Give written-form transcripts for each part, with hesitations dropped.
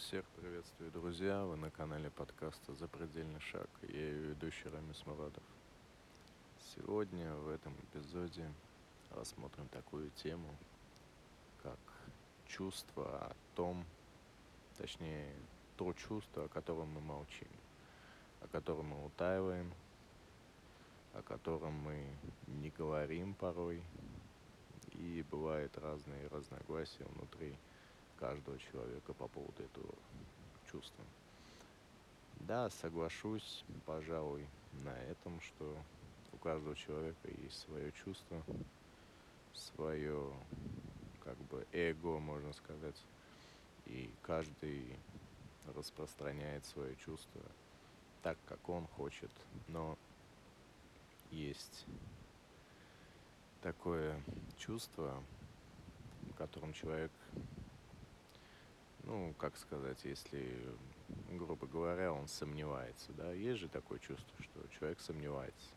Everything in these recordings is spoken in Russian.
Всех приветствую, друзья! Вы на канале подкаста «Запредельный шаг». Я ее ведущий Рамис Мурадов. Сегодня в этом эпизоде рассмотрим такую тему, как чувство о том, точнее, то чувство, о котором мы молчим, о котором мы утаиваем, о котором мы не говорим порой, и бывают разные разногласия внутри каждого человека по поводу этого чувства. Да, соглашусь, пожалуй, на этом, что у каждого человека есть свое чувство, свое, эго, можно сказать, и каждый распространяет свое чувство так, как он хочет. Но есть такое чувство, в котором человек, если, грубо говоря, он сомневается, да, есть же такое чувство, что человек сомневается.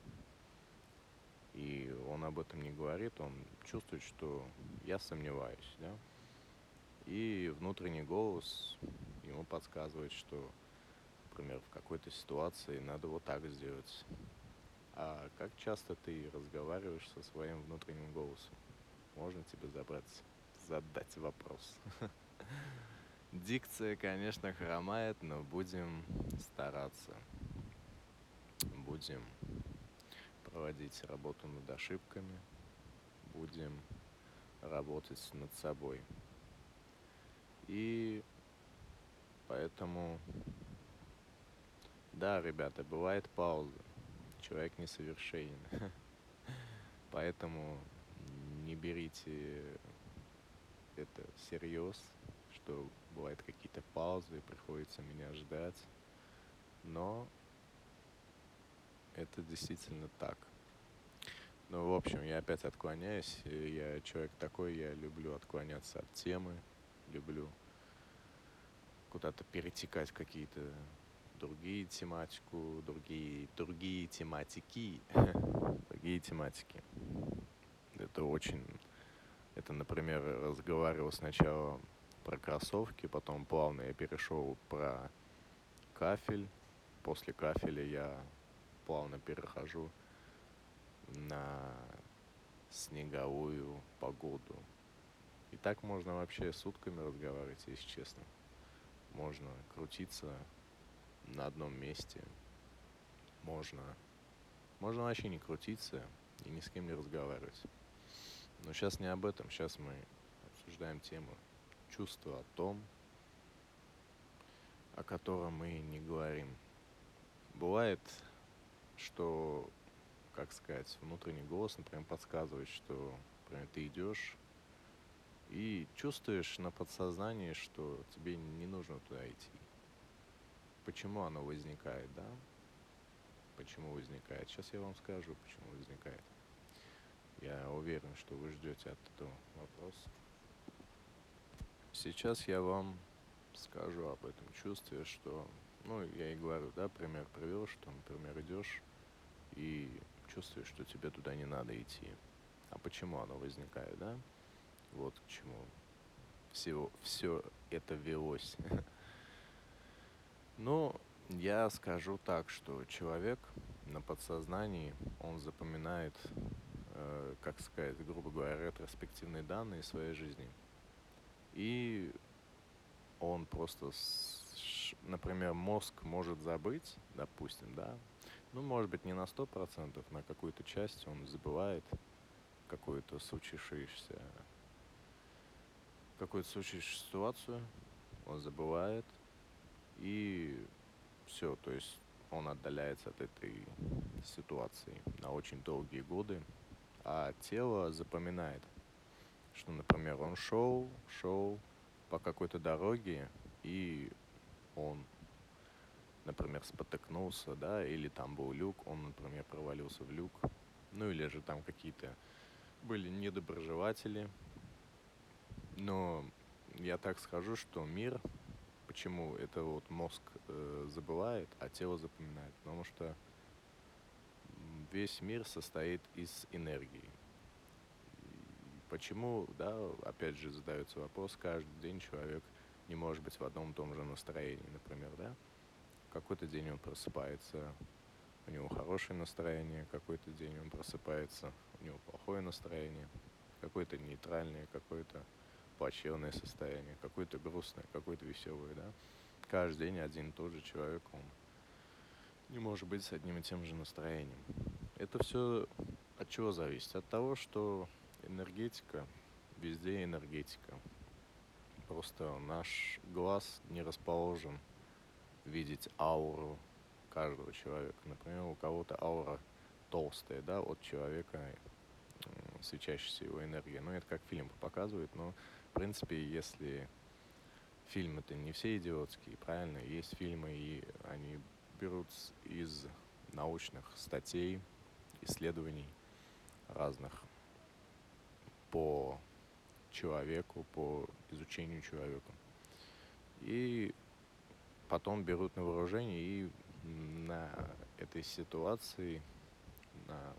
И он об этом не говорит, он чувствует, что я сомневаюсь, да. И внутренний голос ему подсказывает, что, например, в какой-то ситуации надо вот так сделать. А как часто ты разговариваешь со своим внутренним голосом? Можно тебе задать вопрос. Дикция, конечно, хромает, но будем стараться. Будем проводить работу над ошибками. Будем работать над собой. И поэтому, да, ребята, бывает пауза. Человек несовершенен. Поэтому не берите это всерьез, что бывают какие-то паузы, и приходится меня ждать. Но это действительно так. Ну, в общем, я опять отклоняюсь. Я человек такой, я люблю отклоняться от темы, люблю куда-то перетекать в какие-то другие тематику, другие тематики, другие тематики. Это, например, разговаривал сначала про кроссовки, потом плавно я перешел про кафель. После кафеля я плавно перехожу на снеговую погоду. И так можно вообще сутками разговаривать, если честно. Можно крутиться на одном месте. Можно вообще не крутиться и ни с кем не разговаривать. Но сейчас не об этом. Сейчас мы обсуждаем тему чувства о том, о котором мы не говорим. Бывает, что, внутренний голос, например, подсказывает, что, например, ты идешь и чувствуешь на подсознании, что тебе не нужно туда идти. Почему оно возникает, да? Почему возникает? Сейчас я вам скажу, почему возникает. Я уверен, что вы ждете от этого вопроса. Сейчас я вам скажу об этом чувстве, что, я и говорю, да, пример привел, что, например, идешь и чувствуешь, что тебе туда не надо идти. А почему оно возникает, да? Вот к чему все это велось. Ну, я скажу так, что человек на подсознании, он запоминает, грубо говоря, ретроспективные данные своей жизни. И он просто, например, мозг может забыть, допустим, да, может быть, не на 100%, на какую-то часть он забывает какую-то случившуюся ситуацию, он забывает, и все, то есть он отдаляется от этой ситуации на очень долгие годы, а тело запоминает, что, например, он шел по какой-то дороге, и он, например, спотыкнулся, да, или там был люк, он, например, провалился в люк, или же там какие-то были недоброжелатели. Но я так скажу, что мир, почему это вот мозг забывает, а тело запоминает, потому что весь мир состоит из энергии. И почему, да, опять же задается вопрос, каждый день человек не может быть в одном и том же настроении, например, да? Какой-то день он просыпается, у него хорошее настроение, какой-то день он просыпается, у него плохое настроение, какое-то нейтральное, какое-то плачевное состояние, какое-то грустное, какое-то веселое, да? Каждый день один и тот же человек, он не может быть с одним и тем же настроением. Это все от чего зависит? От того, что энергетика, везде энергетика. Просто наш глаз не расположен видеть ауру каждого человека. Например, у кого-то аура толстая, да, от человека, свечащаяся его энергия. Ну, это как фильм показывает, но, в принципе, если фильмы-то не все идиотские, правильно? Есть фильмы, и они берут из научных статей, исследований разных по человеку, по изучению человека. И потом берут на вооружение и на этой ситуации, на...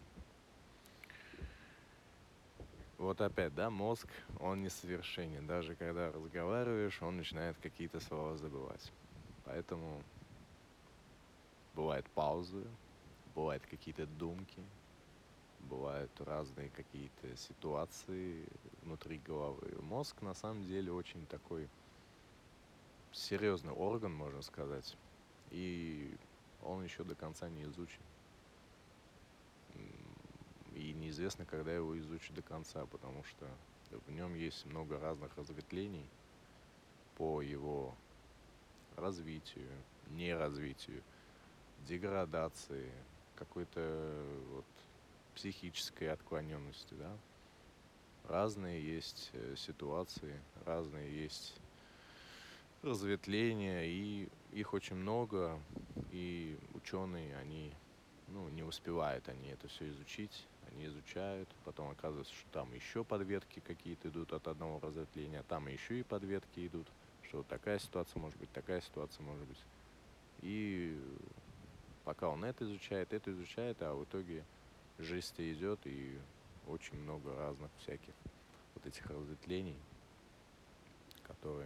Вот опять, да, мозг, он несовершенен. Даже когда разговариваешь, он начинает какие-то слова забывать. Поэтому бывают паузы, бывают какие-то думки, бывают разные какие-то ситуации внутри головы. Мозг на самом деле очень такой серьезный орган, можно сказать, и он еще до конца не изучен. И неизвестно, когда его изучат до конца, потому что в нем есть много разных разветвлений по его развитию, неразвитию, деградации, какой-то вот психической отклоненности, да. Разные есть ситуации, разные есть разветвления, и их очень много, и ученые, они не успевают они это все изучить, они изучают, потом оказывается, что там еще подветки какие-то идут от одного разветвления, а там еще и подветки идут, что вот такая ситуация может быть, такая ситуация может быть. И пока он это изучает, а в итоге жизнь-то идет, и очень много разных всяких вот этих разветвлений, которые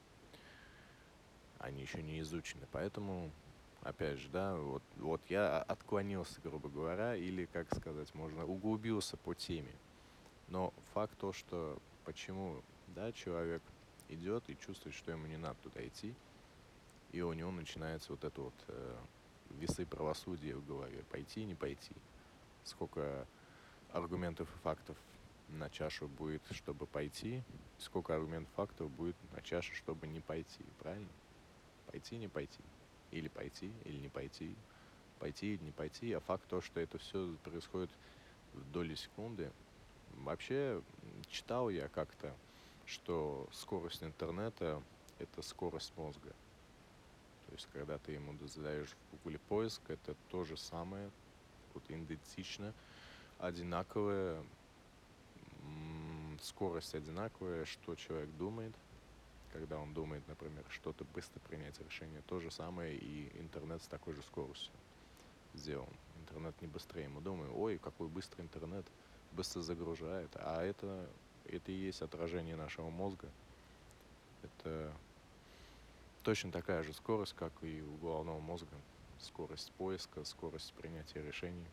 они еще не изучены. Поэтому, опять же, да, вот я отклонился, грубо говоря, или, как сказать, можно, углубился по теме. Но факт то, что почему, да, человек идет и чувствует, что ему не надо туда идти, и у него начинается вот это вот весы правосудия в голове, пойти, не пойти. Сколько аргументов и фактов на чашу будет, чтобы пойти, сколько аргументов и фактов будет на чашу, чтобы не пойти, правильно? Пойти, не пойти. Или пойти, или не пойти. Пойти или не пойти. А факт то, что это все происходит в доли секунды. Вообще, читал я как-то, что скорость интернета — это скорость мозга. То есть, когда ты ему задаешь в Гугле поиск, это то же самое, вот идентично, одинаковая, скорость одинаковая, что человек думает. Когда он думает, например, что-то быстро принять решение, то же самое и интернет с такой же скоростью сделан. Интернет не быстрее. Мы думаем, ой, какой быстрый интернет, быстро загружает. А это и есть отражение нашего мозга. Это точно такая же скорость, как и у головного мозга. Скорость поиска, скорость принятия решений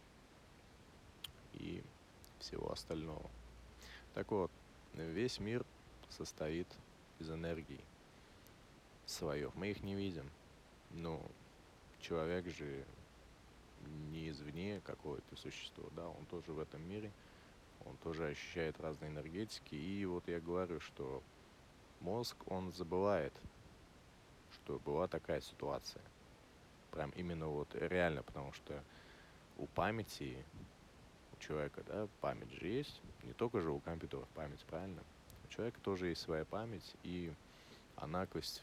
и всего остального. Так вот, весь мир состоит из энергий своих. Мы их не видим. Но человек же не извне какое-то существо, да, он тоже в этом мире, он тоже ощущает разные энергетики. И вот я говорю, что мозг, он забывает, что была такая ситуация. Прям именно вот реально, потому что у памяти, у человека, да, память же есть, не только же у компьютеров память, правильно? У человека тоже есть своя память, и она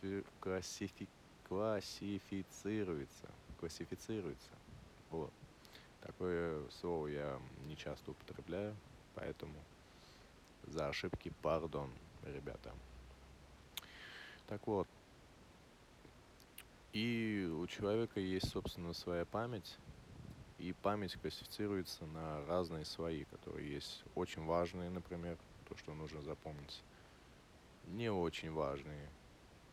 классифицируется. Классифицируется. Вот. Такое слово я не часто употребляю, поэтому за ошибки пардон, ребята. Так вот, и у человека есть, собственно, своя память, и память классифицируется на разные свои, которые есть очень важные, например, то, что нужно запомнить, не очень важные,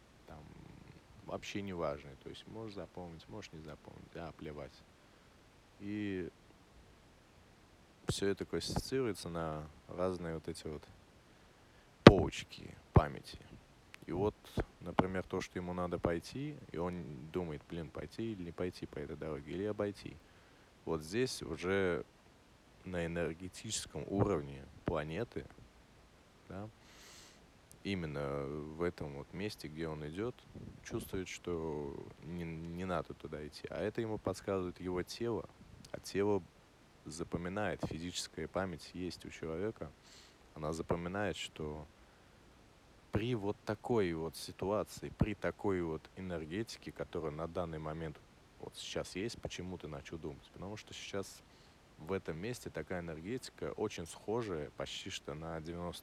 вообще не важный. То есть можешь запомнить, можешь не запомнить, да, плевать. И все это классифицируется на разные вот эти вот полочки памяти. И вот, например, то, что ему надо пойти, и он думает, блин, пойти или не пойти по этой дороге, или обойти. Вот здесь уже на энергетическом уровне планеты, да, именно в этом вот месте, где он идет, чувствует, что не надо туда идти. А это ему подсказывает его тело, а тело запоминает, физическая память есть у человека, она запоминает, что при вот такой вот ситуации, при такой вот энергетике, которая на данный момент вот сейчас есть, почему ты начал думать? Потому что сейчас в этом месте такая энергетика очень схожая почти что на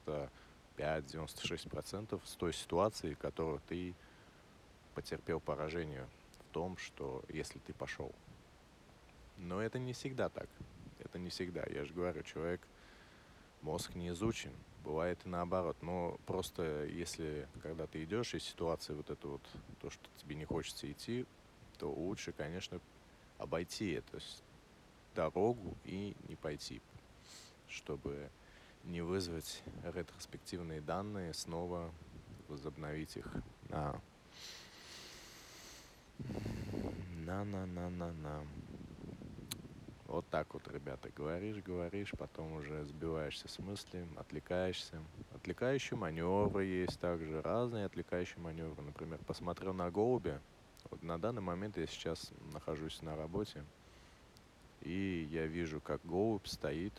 95-96% с той ситуацией, в которой ты потерпел поражение в том, что если ты пошел. Но это не всегда так. Это не всегда. Я же говорю, человек, мозг не изучен. Бывает и наоборот. Но просто если, когда ты идешь, из ситуации вот это вот, то, что тебе не хочется идти, то лучше, конечно, обойти эту дорогу и не пойти, чтобы не вызвать ретроспективные данные, снова возобновить их на. Вот так вот, ребята, говоришь, потом уже сбиваешься с мысли, отвлекаешься. Отвлекающие маневры есть также, разные отвлекающие маневры. Например, посмотрел на голубя. Вот на данный момент я сейчас нахожусь на работе, и я вижу, как голубь стоит,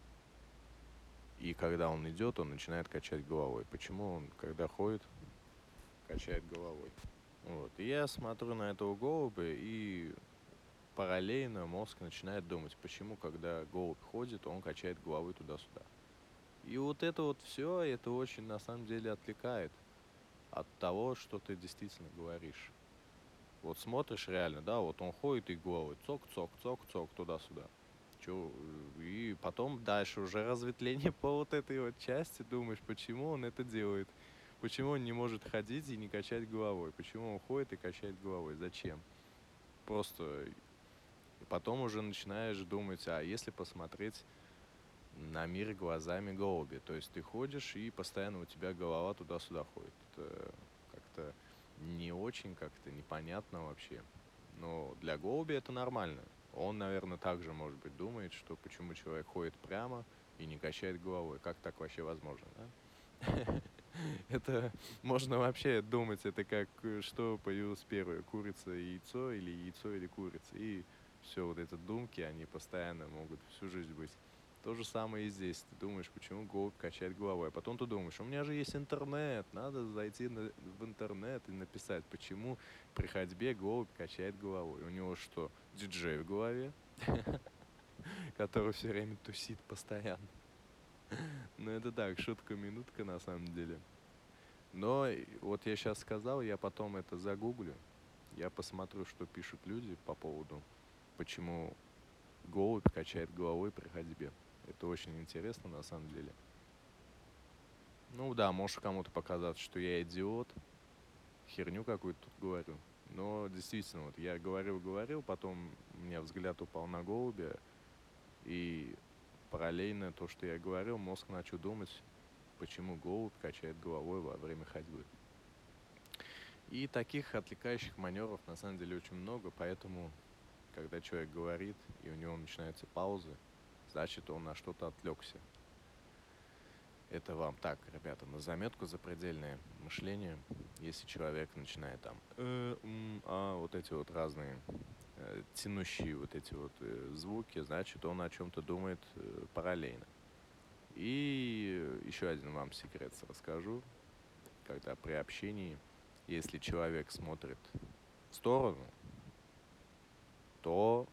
и когда он идет, он начинает качать головой. Почему он, когда ходит, качает головой? Вот. И я смотрю на этого голубя, и параллельно мозг начинает думать, почему, когда голубь ходит, он качает головой туда-сюда. И вот это вот все, это очень на самом деле отвлекает от того, что ты действительно говоришь. Вот смотришь реально, да, вот он ходит и головой цок-цок-цок-цок туда-сюда. И потом дальше уже разветвление по вот этой вот части, думаешь, почему он это делает. Почему он не может ходить и не качать головой? Почему он ходит и качает головой? Зачем? Просто и потом уже начинаешь думать, а если посмотреть на мир глазами голуби, то есть ты ходишь и постоянно у тебя голова туда-сюда ходит. Это как-то не очень, как-то непонятно вообще. Но для голуби это нормально. Он, наверное, также, может быть, думает, что почему человек ходит прямо и не качает головой. Как так вообще возможно, да? Это можно вообще думать, это как что появилось первое, курица и яйцо или курица. И все, вот эти думки, они постоянно могут всю жизнь быть. То же самое и здесь. Ты думаешь, почему голубь качает головой. А потом ты думаешь, у меня же есть интернет, надо зайти в интернет и написать, почему при ходьбе голубь качает головой. У него что, диджей в голове, который все время тусит постоянно. Ну это так, шутка-минутка на самом деле. Но вот я сейчас сказал, я потом это загуглю. Я посмотрю, что пишут люди по поводу, почему голубь качает головой при ходьбе. Это очень интересно на самом деле. Ну да, может кому-то показаться, что я идиот, херню какую-то тут говорю. Но действительно, вот я говорил, потом у меня взгляд упал на голубя, и параллельно то, что я говорил, мозг начал думать, почему голубь качает головой во время ходьбы. И таких отвлекающих маневров на самом деле очень много, поэтому, когда человек говорит, и у него начинаются паузы, значит, он на что-то отвлекся. Это вам так, ребята, на заметку запредельное мышление. Если человек начинает там вот эти вот разные тянущие вот эти вот звуки, значит, он о чем-то думает параллельно. И еще один вам секрет расскажу, когда при общении, если человек смотрит в сторону, то,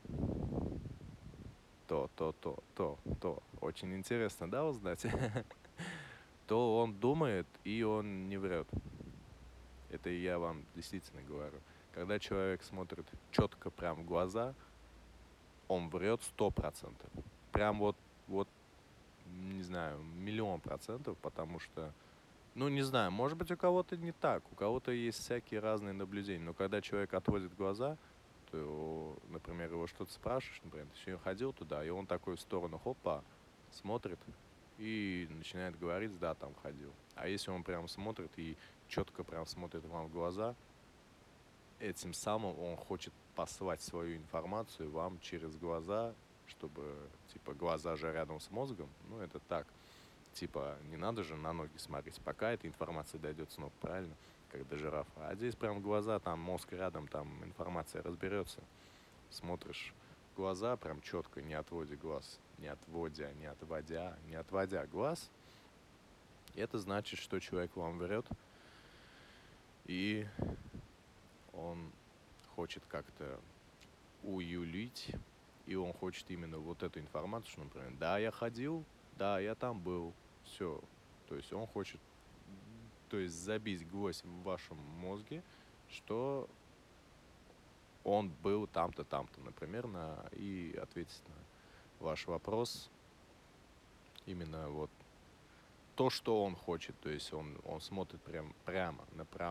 очень интересно, да, узнать? То он думает, и он не врет. Это я вам действительно говорю. Когда человек смотрит четко прям в глаза, он врет 100%. Прям вот, не знаю, 1,000,000%, потому что Ну, не знаю, может быть, у кого-то не так, у кого-то есть всякие разные наблюдения. Но когда человек отводит глаза, то, например, его что-то спрашиваешь, например, ты сегодня ходил туда, и он такой в сторону, хопа, смотрит и начинает говорить, да, там ходил. А если он прям смотрит и четко прям смотрит вам в глаза, этим самым он хочет послать свою информацию вам через глаза, чтобы, типа, глаза же рядом с мозгом, ну, это так. Типа, не надо же на ноги смотреть, пока эта информация дойдет с ног, правильно? Как до жирафа. А здесь прям глаза, там мозг рядом, там информация разберется. Смотришь в глаза прям четко, не отводя глаз, не отводя глаз. Это значит, что человек вам врет, и он хочет как-то уюлить, и он хочет именно вот эту информацию, что, например, да, я ходил, да, я там был, все. То есть он хочет, то есть забить гвоздь в вашем мозге, что он был там-то, там-то, например, и ответить на ваш вопрос именно вот то, что он хочет. То есть он смотрит прямо,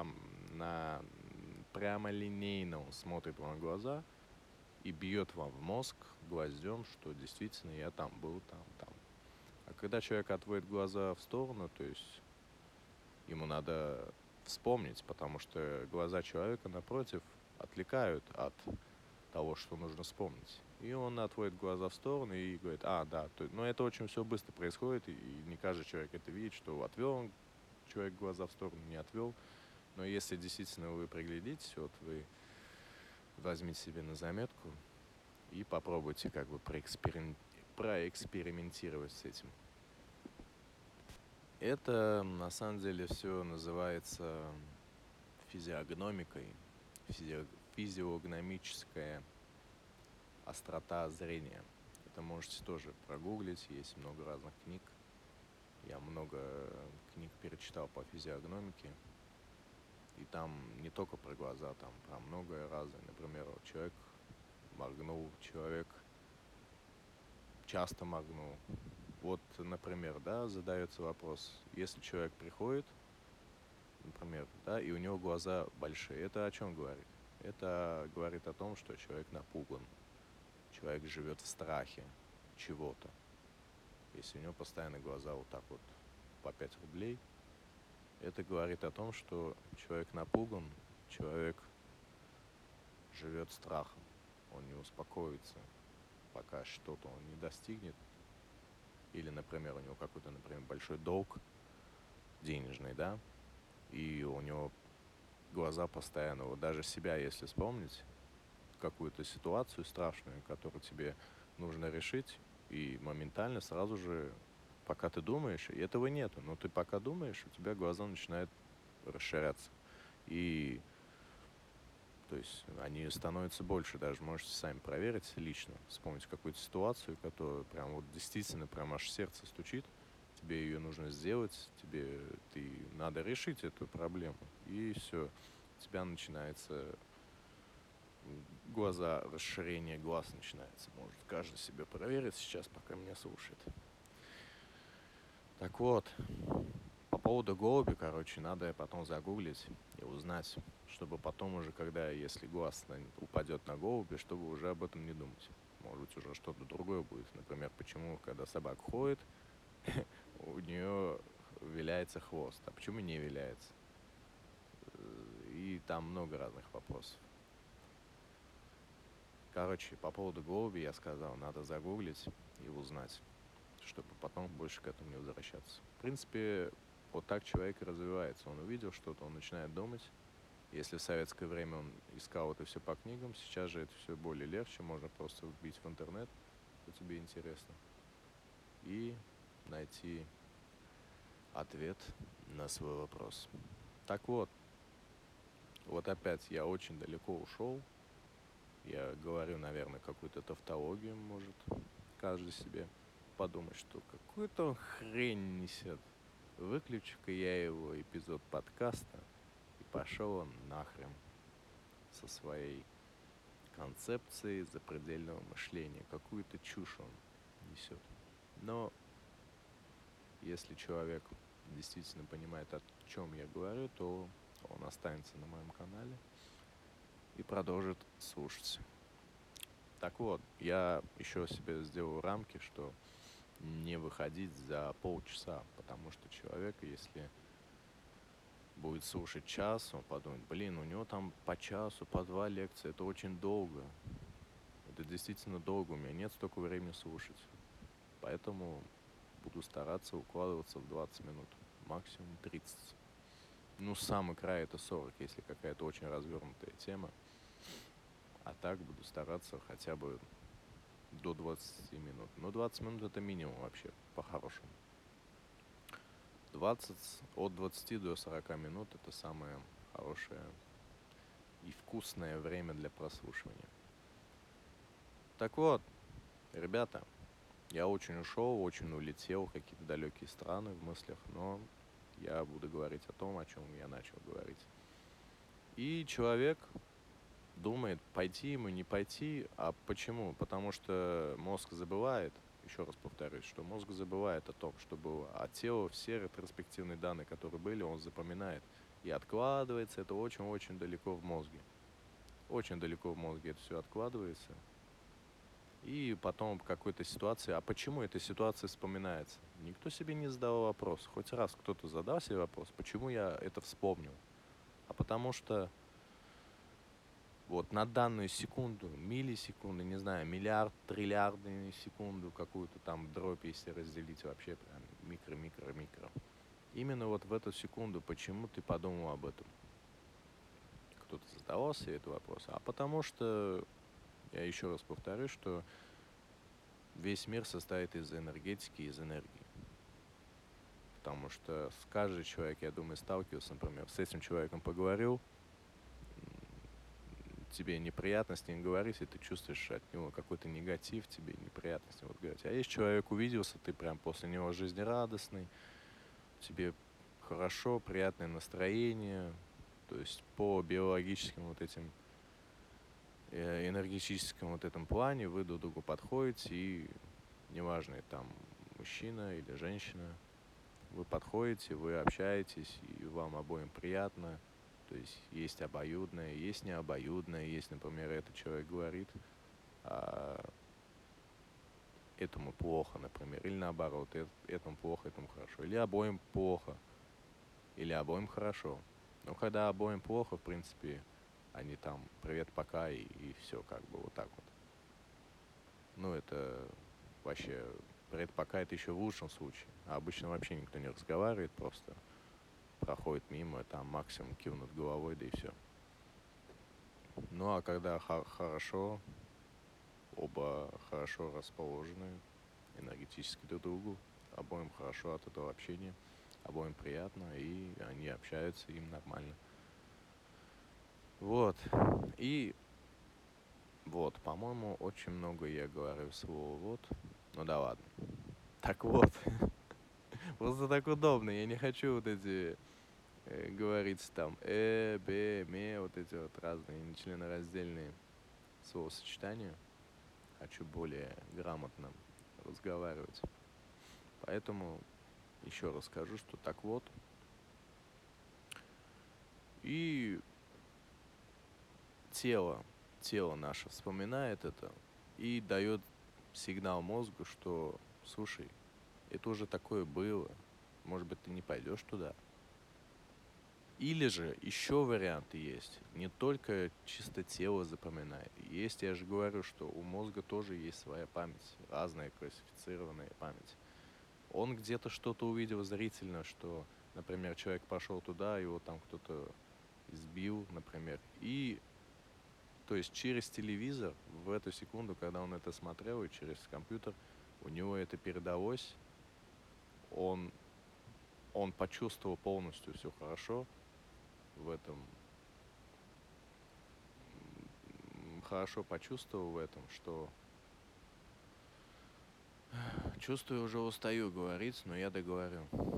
прямолинейно он смотрит вам в глаза, и бьет вам в мозг гвоздем, что действительно я там был, там. А когда человек отводит глаза в сторону, то есть ему надо вспомнить, потому что глаза человека напротив отвлекают от того, что нужно вспомнить. И он отводит глаза в сторону и говорит, да. Но это очень все быстро происходит, и не каждый человек это видит, что отвел он человек глаза в сторону, не отвел. Но если действительно вы приглядитесь, вот вы возьмите себе на заметку, и попробуйте как бы проэкспериментировать с этим. Это на самом деле все называется физиогномикой, физиогномическая острота зрения. Это можете тоже прогуглить, есть много разных книг. Я много книг перечитал по физиогномике. И там не только про глаза, там про многое разное. Например, человек моргнул, человек часто моргнул. Вот, например, да, задается вопрос, если человек приходит, например, да, и у него глаза большие, это о чем говорит? Это говорит о том, что человек напуган, человек живет в страхе чего-то. Если у него постоянно глаза вот так вот по 5 рублей, это говорит о том, что человек напуган, человек живет страхом, он не успокоится, пока что-то он не достигнет. Или, например, у него какой-то, например, большой долг денежный, да, и у него глаза постоянно, вот даже себя, если вспомнить, какую-то ситуацию страшную, которую тебе нужно решить, и моментально сразу же, пока ты думаешь, и этого нету, но ты пока думаешь, у тебя глаза начинают расширяться. И, то есть, они становятся больше, даже можете сами проверить лично, вспомнить какую-то ситуацию, которая прям вот действительно прям аж сердце стучит, тебе ее нужно сделать, надо решить эту проблему, и все, у тебя начинается расширение глаз начинается. Может каждый себе проверить сейчас, пока меня слушает. Так вот, по поводу голуби, короче, надо потом загуглить и узнать, чтобы потом уже, если глаз упадет на голубя, чтобы уже об этом не думать. Может быть, уже что-то другое будет. Например, почему, когда собака ходит, у нее виляется хвост, а почему не виляется? И там много разных вопросов. Короче, по поводу голуби я сказал, надо загуглить и узнать, чтобы потом больше к этому не возвращаться. В принципе, вот так человек и развивается. Он увидел что-то, он начинает думать. Если в советское время он искал это все по книгам, сейчас же это все более легче. Можно просто вбить в интернет, что тебе интересно, и найти ответ на свой вопрос. Так вот опять я очень далеко ушел. Я говорю, наверное, какую-то тавтологию, может каждый себе подумать, что какую-то он хрень несет. Выключу-ка я его эпизод подкаста, и пошел он нахрен со своей концепцией запредельного мышления. Какую-то чушь он несет. Но если человек действительно понимает, о чем я говорю, то он останется на моем канале и продолжит слушать. Так вот, я еще себе сделал рамки, что не выходить за полчаса, потому что человек, если будет слушать час, он подумает, блин, у него там по часу, по два лекции, это очень долго. Это действительно долго, у меня нет столько времени слушать. Поэтому буду стараться укладываться в 20 минут, максимум 30. Ну, самый край это 40, если какая-то очень развернутая тема. А так буду стараться хотя бы до 20 минут. Но 20 минут это минимум вообще, по-хорошему. От 20 до 40 минут это самое хорошее и вкусное время для прослушивания. Так вот, ребята, я очень ушел, очень улетел в какие-то далекие страны в мыслях, но я буду говорить о том, о чем я начал говорить. И человек думает, пойти ему, не пойти. А почему? Потому что мозг забывает, еще раз повторюсь, что мозг забывает о том, что было. А тело все ретроспективные данные, которые были, он запоминает. И откладывается это очень-очень далеко в мозге. Очень далеко в мозге это все откладывается. И потом в какой-то ситуации, а почему эта ситуация вспоминается? Никто себе не задавал вопрос. Хоть раз кто-то задал себе вопрос, почему я это вспомнил? А потому что вот на данную секунду, миллисекунды, не знаю, миллиард, триллиардную секунду, какую-то там дробь, если разделить вообще прям микро-микро-микро. Именно вот в эту секунду, почему ты подумал об этом? Кто-то задавал себе этот вопрос. А потому что, я еще раз повторю, что весь мир состоит из энергетики, из энергии. Потому что каждый человек, я думаю, сталкивался, например, с этим человеком поговорил, тебе неприятно с ним говорить, и ты чувствуешь от него какой-то негатив, тебе неприятно с ним говорить. А если человек увиделся, ты прям после него жизнерадостный, тебе хорошо, приятное настроение, то есть по биологическим вот этим энергетическом вот этом плане вы друг другу подходите, и неважно, там мужчина или женщина, вы подходите, вы общаетесь, и вам обоим приятно. То есть есть обоюдное, есть необоюдное. Есть, например, этот человек говорит, а этому плохо, например. Или наоборот, этому плохо, этому хорошо. Или обоим плохо, или обоим хорошо. Но когда обоим плохо, в принципе, они там привет, пока, и все, как бы вот так вот. Ну, это вообще привет, пока, это еще в лучшем случае. А обычно вообще никто не разговаривает, просто проходит мимо, там максимум кивнут головой, да и все. Ну а когда хорошо, оба хорошо расположены энергетически друг к другу, обоим хорошо от этого общения, обоим приятно, и они общаются, им нормально. Вот. И вот, по-моему, очень много я говорю слово «вот». Ну да ладно. Так вот. Просто так удобно. Я не хочу вот эти говорить там б, ме, вот эти вот разные нечленораздельные словосочетания. Хочу более грамотно разговаривать. Поэтому еще раз скажу, что так вот. И тело наше вспоминает это и дает сигнал мозгу, что, слушай, это уже такое было, может быть, ты не пойдешь туда. Или же еще варианты есть. Не только чисто тело запоминает. Есть, я же говорю, что у мозга тоже есть своя память, разная классифицированная память. Он где-то что-то увидел зрительно, что, например, человек пошел туда, его там кто-то избил, например. И, то есть через телевизор в эту секунду, когда он это смотрел, и через компьютер, у него это передалось, он почувствовал полностью все хорошо в этом, хорошо почувствовал в этом, что чувствую, уже устаю говорить, но я договорю.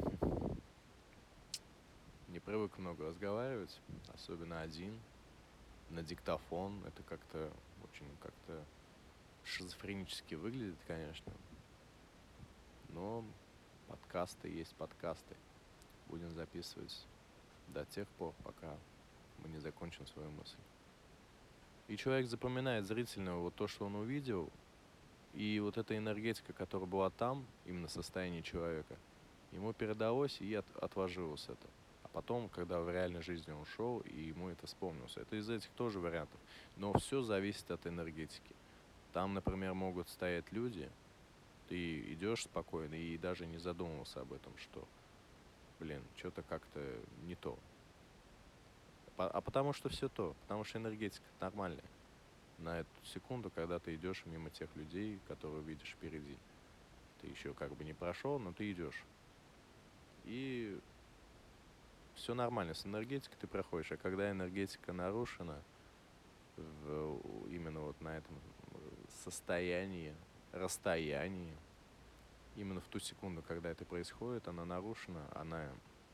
Не привык много разговаривать, особенно один, на диктофон. Это как-то очень как-то шизофренически выглядит, конечно. Но подкасты есть подкасты. будем записывать до тех пор, пока мы не закончим свою мысль. И человек запоминает зрительно вот то, что он увидел, и вот эта энергетика, которая была там, именно состояние человека, ему передалось и отложилось это. А потом, когда в реальной жизни он шел, и ему это вспомнилось. Это из этих тоже вариантов. Но все зависит от энергетики. Там, например, могут стоять люди, ты идешь спокойно и даже не задумывался об этом, что, блин, что-то как-то не то. А потому что все то, потому что энергетика нормальная. На эту секунду, когда ты идешь мимо тех людей, которые видишь впереди. Ты еще как бы не прошел, но ты идешь. И все нормально, с энергетикой ты проходишь. А когда энергетика нарушена, именно вот на этом состоянии, расстоянии, именно в ту секунду, когда это происходит, она нарушена, она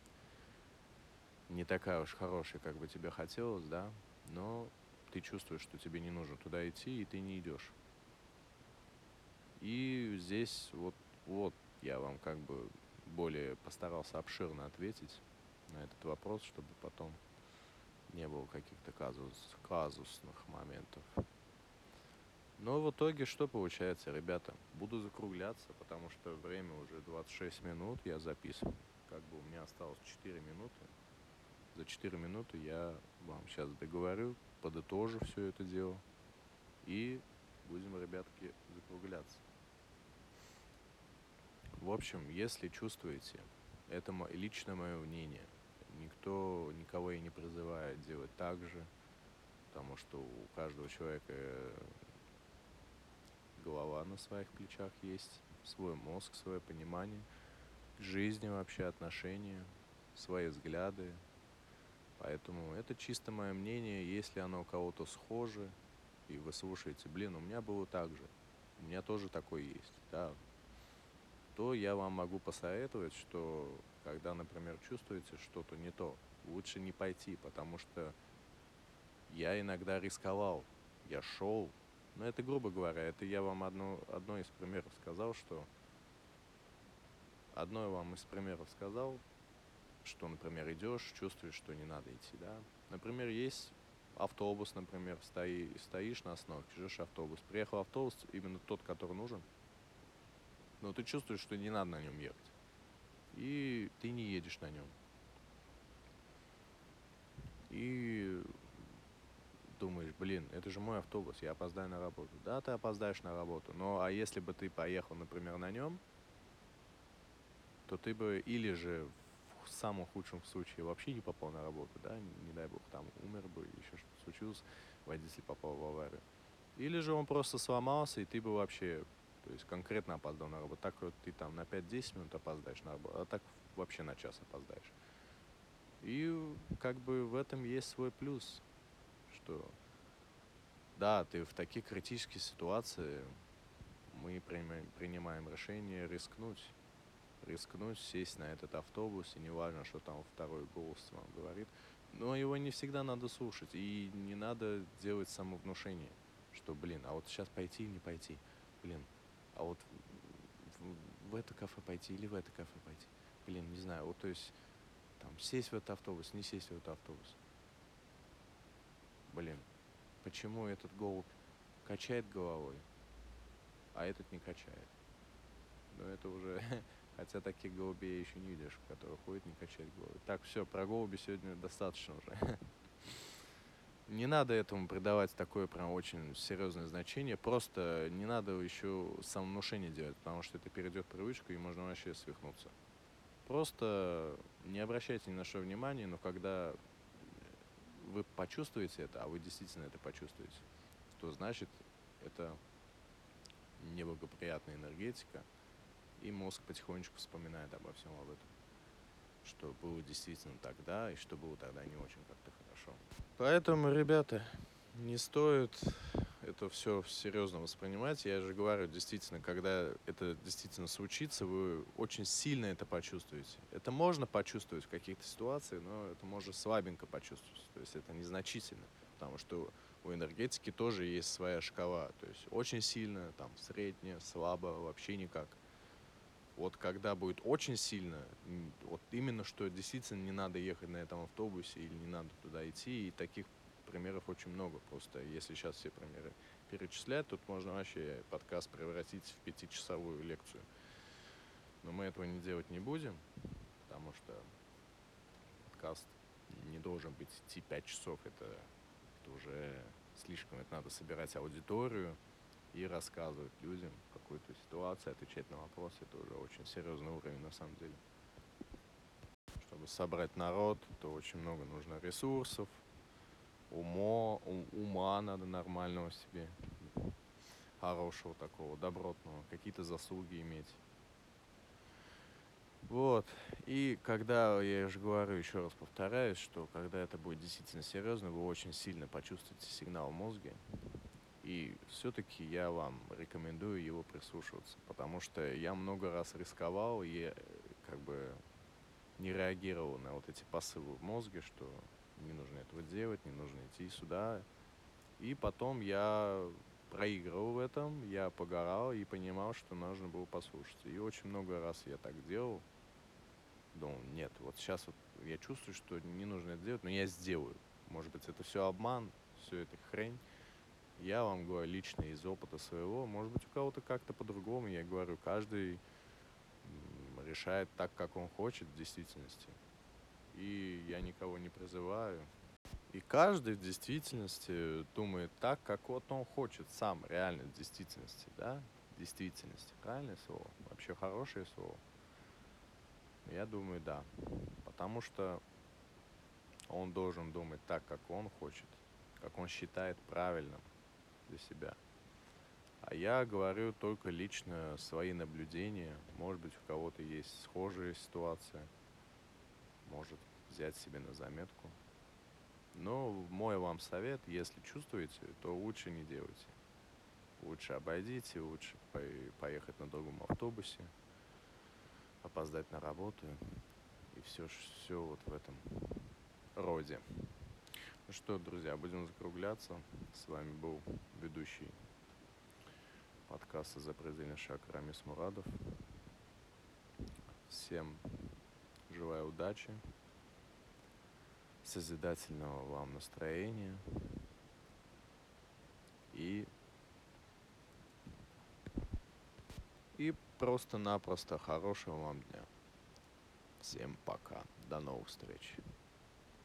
не такая уж хорошая, как бы тебе хотелось, да, но ты чувствуешь, что тебе не нужно туда идти, и ты не идешь. И здесь вот я вам как бы более постарался обширно ответить на этот вопрос, чтобы потом не было каких-то казусных моментов. Но в итоге что получается, ребята? Буду закругляться, потому что время уже 26 минут, я записываю. Как бы у меня осталось 4 минуты. За 4 минуты я вам сейчас договорю, подытожу все это дело. И будем, ребятки, закругляться. В общем, если чувствуете, это лично мое мнение. Никого я не призывает делать так же, потому что у каждого человека голова на своих плечах есть, свой мозг, свое понимание к жизни вообще, отношения, свои взгляды. Поэтому это чисто мое мнение. Если оно у кого-то схоже, и вы слушаете, блин, у меня было так же, у меня тоже такое есть, да, то я вам могу посоветовать, что когда, например, чувствуете что-то не то, лучше не пойти, потому что я иногда рисковал, я шел, но это, грубо говоря, это я вам одно из примеров сказал, что, например, идешь, чувствуешь, что не надо идти, да. Например, есть автобус, например, стоишь на остановке, ждешь автобус. Приехал автобус, именно тот, который нужен, но ты чувствуешь, что не надо на нем ехать. И ты не едешь на нем. И думаешь, блин, это же мой автобус, я опоздаю на работу. Да, ты опоздаешь на работу, но а если бы ты поехал, например, на нем, то ты бы или же в самом худшем случае вообще не попал на работу, да, не дай бог, там умер бы, еще что-то случилось, водитель попал в аварию. Или же он просто сломался, и ты бы вообще, то есть конкретно опоздал на работу. Так вот ты там на 5-10 минут опоздаешь на работу, а так вообще на час опоздаешь. И как бы в этом есть свой плюс, что да, ты в такие критические ситуации мы принимаем решение рискнуть, сесть на этот автобус, и неважно, что там второй голос вам говорит, но его не всегда надо слушать, и не надо делать самовнушение, что, блин, а вот сейчас пойти или не пойти, блин, а вот в это кафе пойти или в это кафе пойти, блин, не знаю, вот то есть там сесть в этот автобус, не сесть в этот автобус, блин, почему этот голубь качает головой, а этот не качает? Но это уже, хотя таких голубей я еще не видишь, которые ходят, не качают головы. Так, все, про голуби сегодня достаточно уже. Не надо этому придавать такое прям очень серьезное значение. Просто не надо еще самовнушение делать, потому что это перейдет в привычку, и можно вообще свихнуться. Просто не обращайте ни на что внимания, но когда вы почувствуете это, а вы действительно это почувствуете, то значит это неблагоприятная энергетика, и мозг потихонечку вспоминает обо всем об этом, что было действительно тогда, и что было тогда не очень как-то хорошо. Поэтому, ребята, не стоит это все серьезно воспринимать. Я же говорю, действительно, когда это действительно случится, вы очень сильно это почувствуете. Это можно почувствовать в каких-то ситуациях, но это можно слабенько почувствовать. То есть это незначительно, потому что у энергетики тоже есть своя шкала. То есть очень сильно, там, средне, слабо, вообще никак. Вот когда будет очень сильно, вот именно что действительно не надо ехать на этом автобусе или не надо туда идти, и таких примеров очень много. Просто если сейчас все примеры перечислять, тут можно вообще подкаст превратить в 5-часовую лекцию. Но мы этого не делать не будем, потому что подкаст не должен быть идти 5 часов. Это уже слишком. Это надо собирать аудиторию и рассказывать людям какую-то ситуацию, отвечать на вопросы. Это уже очень серьезный уровень на самом деле. Чтобы собрать народ, то очень много нужно ресурсов, ума надо нормального себе, хорошего такого, добротного, какие-то заслуги иметь. Вот. И когда, я же говорю, еще раз повторяюсь, что когда это будет действительно серьезно, вы очень сильно почувствуете сигнал в мозге. И все-таки я вам рекомендую его прислушиваться, потому что я много раз рисковал и как бы не реагировал на вот эти посылы в мозге, что не нужно этого делать, не нужно идти сюда. И потом я проигрывал в этом, я погорал и понимал, что нужно было послушаться. И очень много раз я так делал. Думал, нет, вот сейчас вот я чувствую, что не нужно это делать, но я сделаю. Может быть, это все обман, все это хрень. Я вам говорю лично из опыта своего. Может быть, у кого-то как-то по-другому. Я говорю, каждый решает так, как он хочет в действительности. И я никого не призываю. И каждый в действительности думает так, как вот он хочет сам, реально в действительности, да? В действительности. Правильное слово? Вообще хорошее слово? Я думаю, да. Потому что он должен думать так, как он хочет, как он считает правильным для себя. А я говорю только лично свои наблюдения. Может быть, у кого-то есть схожая ситуация. Может взять себе на заметку. Но мой вам совет, если чувствуете, то лучше не делайте. Лучше обойдите, лучше поехать на другом автобусе, опоздать на работу и все вот в этом роде. Ну что, друзья, будем закругляться. С вами был ведущий подкаста «Запредельный шаг» Рамис Мурадов. Всем желаю удачи, созидательного вам настроения и просто-напросто хорошего вам дня. Всем пока. До новых встреч.